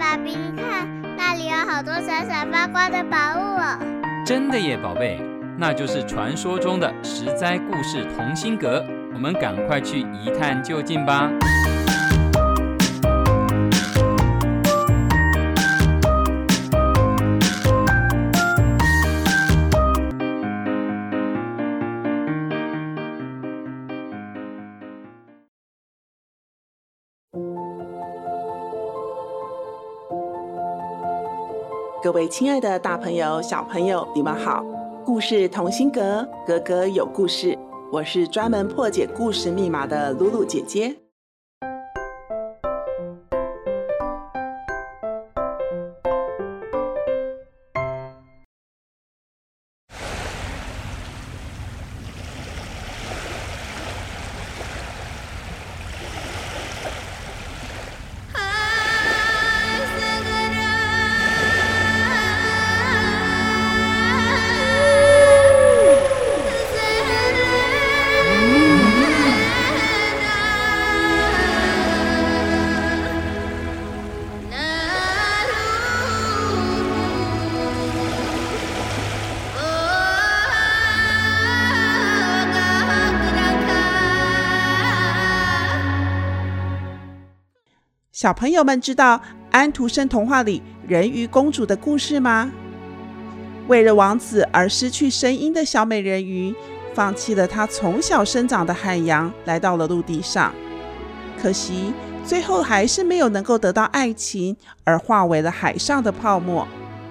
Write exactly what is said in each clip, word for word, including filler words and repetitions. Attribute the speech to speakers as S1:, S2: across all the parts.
S1: 爸比，你看那里有好多闪闪发光的宝物哦。
S2: 真的耶，宝贝，那就是传说中的十灾故事同心阁，我们赶快去一探究竟吧。
S3: 各位亲爱的大朋友小朋友，你们好，故事同心阁，格格有故事，我是专门破解故事密码的露露姐姐。小朋友们知道安徒生童话里人鱼公主的故事吗？为了王子而失去声音的小美人鱼，放弃了她从小生长的海洋，来到了陆地上。可惜最后还是没有能够得到爱情，而化为了海上的泡沫。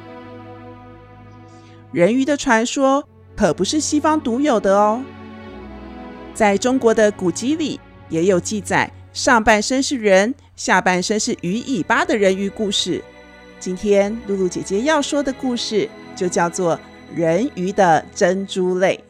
S3: 人鱼的传说可不是西方独有的哦，在中国的古籍里也有记载上半身是人，下半身是鱼尾巴的人鱼故事。今天露露姐姐要说的故事就叫做人鱼的珍珠泪。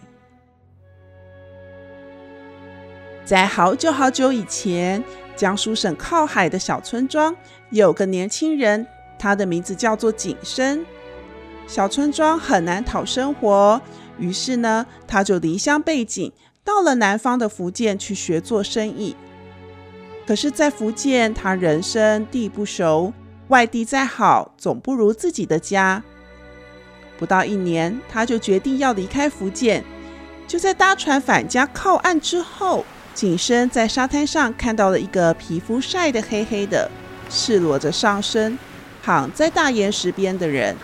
S3: 在好久好久以前，江苏省靠海的小村庄有个年轻人，他的名字叫做景生。小村庄很难讨生活，于是呢，他就离乡背井，到了南方的福建去学做生意。可是在福建，他人生地不熟，外地再好总不如自己的家。不到一年，他就决定要离开福建。就在搭船返家靠岸之后，景生在沙滩上看到了一个皮肤晒得黑黑的，赤裸着上身躺在大岩石边的人。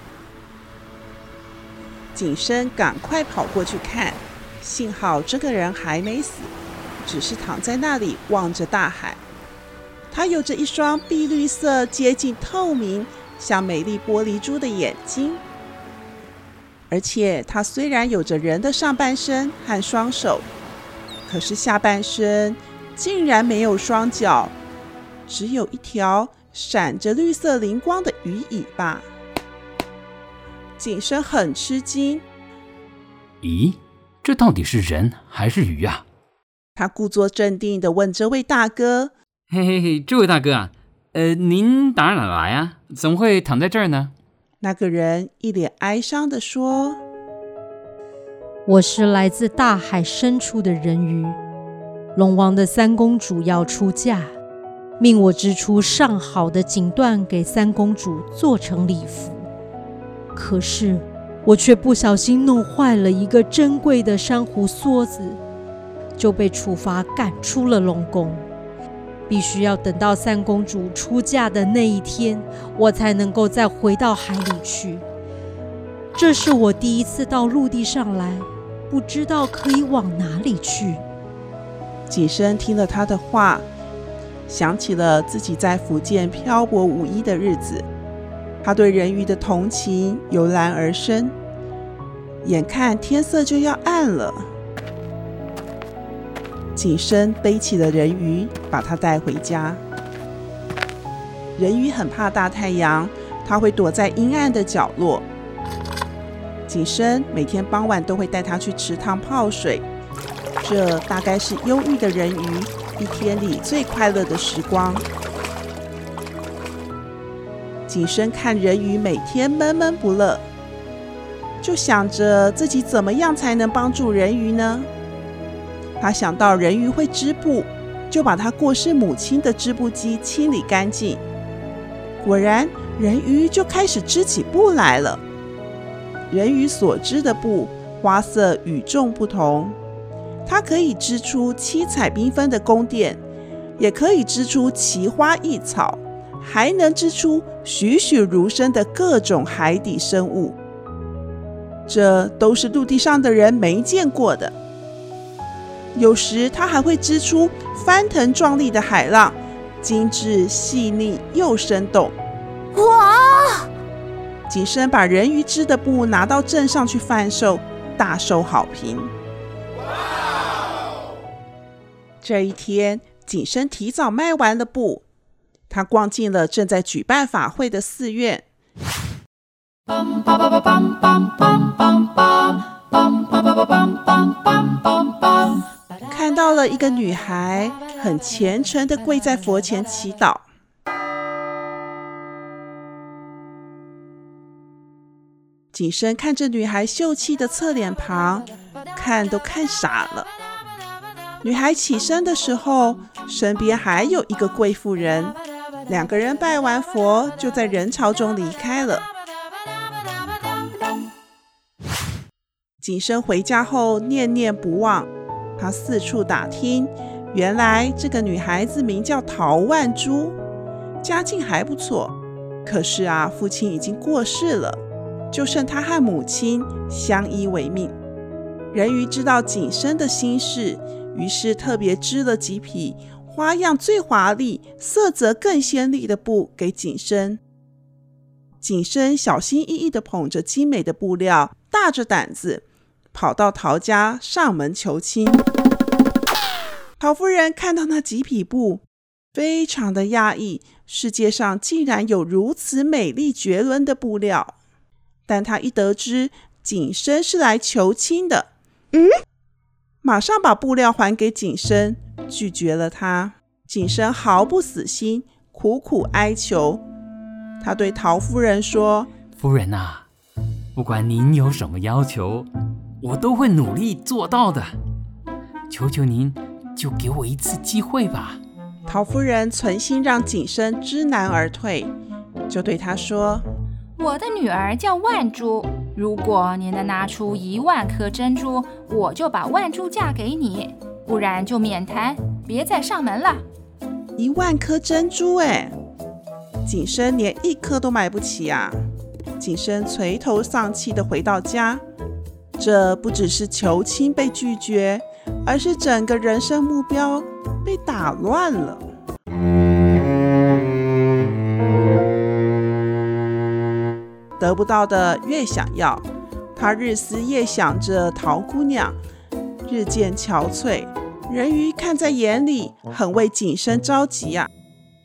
S3: 景生赶快跑过去看，幸好这个人还没死，只是躺在那里望着大海。他有着一双碧绿色接近透明像美丽玻璃珠的眼睛，而且他虽然有着人的上半身和双手，可是下半身竟然没有双脚，只有一条闪着绿色灵光的鱼尾巴。景生很吃惊，
S2: 咦，这到底是人还是鱼啊？
S3: 他故作镇定地问这位大哥：
S2: 嘿嘿嘿，这位大哥啊，呃，您打哪来啊？怎么会躺在这儿呢？
S3: 那个人一脸哀伤地说：
S4: 我是来自大海深处的人鱼，龙王的三公主要出嫁，命我织出上好的锦缎给三公主做成礼服。可是我却不小心弄坏了一个珍贵的珊瑚梭子，就被处罚赶出了龙宫，必须要等到三公主出嫁的那一天，我才能够再回到海里去。这是我第一次到陆地上来，不知道可以往哪里去。
S3: 景生听了他的话，想起了自己在福建漂泊无依的日子，他对人鱼的同情油然而生。眼看天色就要暗了，景生背起了人鱼，把它带回家。人鱼很怕大太阳，它会躲在阴暗的角落。景生每天傍晚都会带它去池塘泡水，这大概是忧郁的人鱼一天里最快乐的时光。景生看人鱼每天闷闷不乐，就想着自己怎么样才能帮助人鱼呢？他想到人鱼会织布，就把他过世母亲的织布机清理干净。 果然人鱼就开始织起布来了。人鱼所织的布花色与众不同，它可以织出七彩缤纷的宫殿，也可以织出奇花异草，还能织出栩栩如生的各种海底生物，这都是陆地上的人没见过的。有时它还会织出翻腾壮丽的海浪，精致细腻又生动。
S1: 哇！
S3: 景生把人鱼织的布拿到镇上去贩售，大受好评。这一天，景生提早卖完了布，他逛进了正在举办法会的寺院。看到了一个女孩很虔诚地跪在佛前祈祷。景生看着女孩秀气的侧脸庞，看都看傻了。女孩起身的时候，身边还有一个贵妇人，两个人拜完佛，就在人潮中离开了。景生回家后念念不忘，他四处打听，原来这个女孩子名叫陶万珠，家境还不错，可是啊，父亲已经过世了，就剩她和母亲相依为命。人鱼知道景生的心事，于是特别织了几匹花样最华丽、色泽更鲜丽的布给景生。景生小心翼翼地捧着精美的布料，大着胆子跑到陶家上门求亲。陶夫人看到那几匹布，非常的讶异，世界上竟然有如此美丽绝伦的布料。但她一得知景生是来求亲的，嗯，马上把布料还给景生，拒绝了他。景生毫不死心，苦苦哀求。他对陶夫人说：
S2: 夫人啊，不管您有什么要求，我都会努力做到的，求求您就给我一次机会吧。
S3: 陶夫人存心让景生知难而退，就对他说：
S5: 我的女儿叫万珠，如果你能拿出一万颗珍珠，我就把万珠嫁给你，不然就免谈，别再上门了。
S3: 一万颗珍珠哎，景生连一颗都买不起啊！景生垂头丧气地回到家，这不只是求亲被拒绝，而是整个人生目标被打乱了。得不到的越想要，他日思夜想着陶姑娘，日渐憔悴。人鱼看在眼里，很为景生着急啊。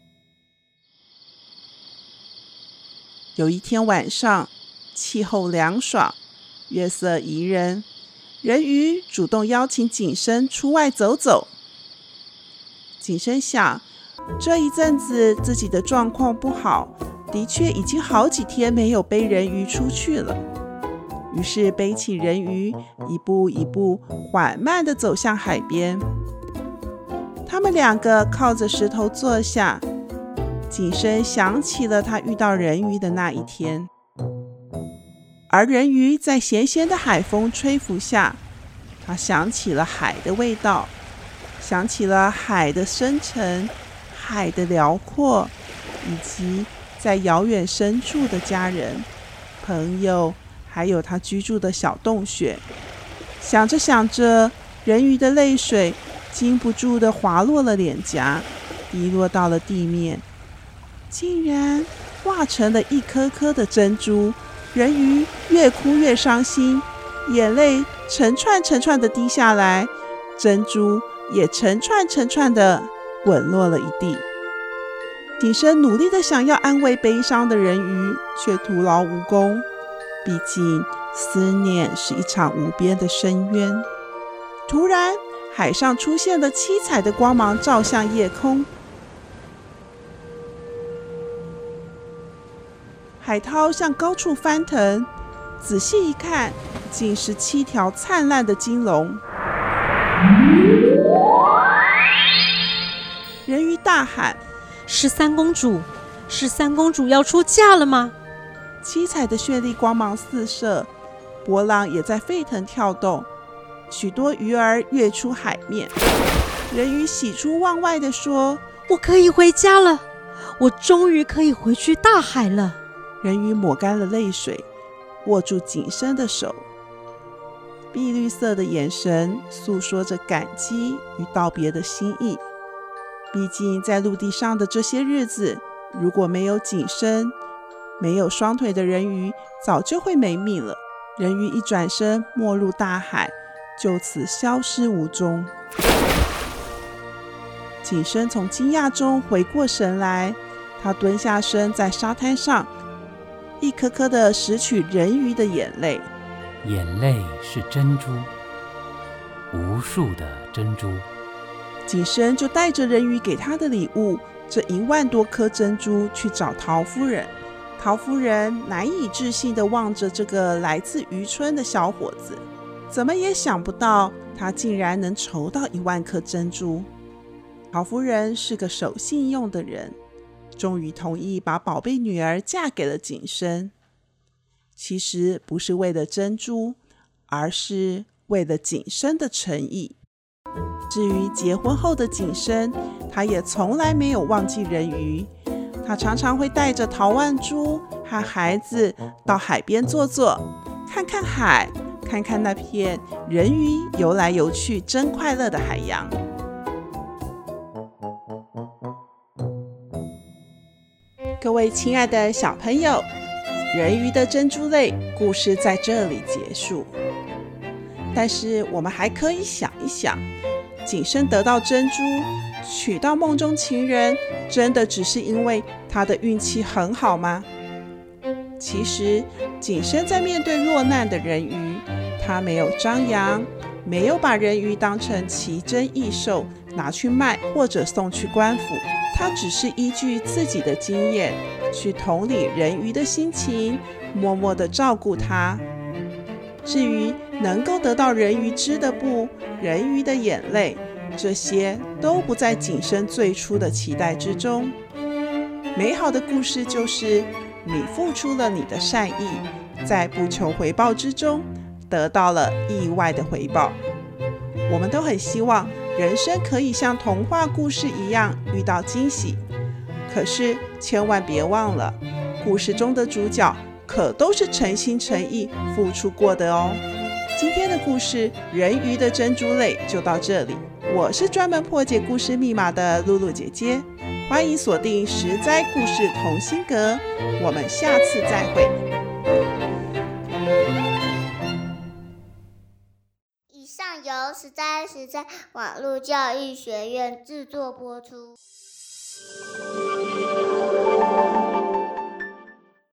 S3: 有一天晚上，气候凉爽，月色宜人，人鱼主动邀请景生出外走走。景生想，这一阵子自己的状况不好，的确已经好几天没有背人鱼出去了。于是背起人鱼，一步一步缓慢地走向海边。他们两个靠着石头坐下，景生想起了他遇到人鱼的那一天。而人鱼在咸咸的海风吹拂下，他想起了海的味道，想起了海的深沉、海的辽阔，以及在遥远深处的家人、朋友，还有他居住的小洞穴。想着想着，人鱼的泪水禁不住地滑落了脸颊，滴落到了地面，竟然化成了一颗颗的珍珠。人鱼越哭越伤心，眼泪成串成串地滴下来，珍珠也成串成串地滚落了一地。景生努力地想要安慰悲伤的人鱼，却徒劳无功。毕竟思念是一场无边的深渊。突然，海上出现了七彩的光芒，照向夜空。海涛向高处翻腾，仔细一看，竟是七条灿烂的金龙。人鱼大喊：
S4: 十三公主， 是三公主要出嫁了吗？
S3: 七彩的绚丽光芒四射，波浪也在沸腾跳动，许多鱼儿跃出海面。人鱼喜出望外地说：
S4: 我可以回家了，我终于可以回去大海了。
S3: 人鱼抹干了泪水，握住景深的手，碧绿色的眼神诉说着感激与道别的心意。毕竟在陆地上的这些日子，如果没有景深，没有双腿的人鱼早就会没命了。人鱼一转身没入大海，就此消失无踪。景深从惊讶中回过神来，他蹲下身在沙滩上，一颗颗的拾取人鱼的眼泪。
S2: 眼泪是珍珠，无数的珍珠。
S3: 景深就带着人鱼给他的礼物，这一万多颗珍珠去找陶夫人。陶夫人难以置信地望着这个来自渔村的小伙子，怎么也想不到他竟然能筹到一万颗珍珠。陶夫人是个守信用的人，终于同意把宝贝女儿嫁给了景深。其实不是为了珍珠，而是为了景深的诚意。至于结婚后的景深，他也从来没有忘记人鱼。他常常会带着陶万珠和孩子到海边坐坐，看看海，看看那片人鱼游来游去真快乐的海洋。各位亲爱的小朋友，人鱼的珍珠泪故事在这里结束。但是我们还可以想一想，景深得到珍珠，娶到梦中情人，真的只是因为他的运气很好吗？其实景深在面对落难的人鱼，他没有张扬，没有把人鱼当成奇珍异兽拿去卖或者送去官府，他只是依据自己的经验去同理人鱼的心情，默默地照顾他。至于能够得到人鱼织的布、人鱼的眼泪，这些都不在景深最初的期待之中。美好的故事就是你付出了你的善意，在不求回报之中得到了意外的回报。我们都很希望人生可以像童话故事一样遇到惊喜，可是千万别忘了，故事中的主角可都是诚心诚意付出过的哦。今天的故事人鱼的珍珠泪就到这里，我是专门破解故事密码的露露姐姐，欢迎锁定实在故事同心阁，我们下次再会。
S1: 以上由实在实在网络教育学院制作播出。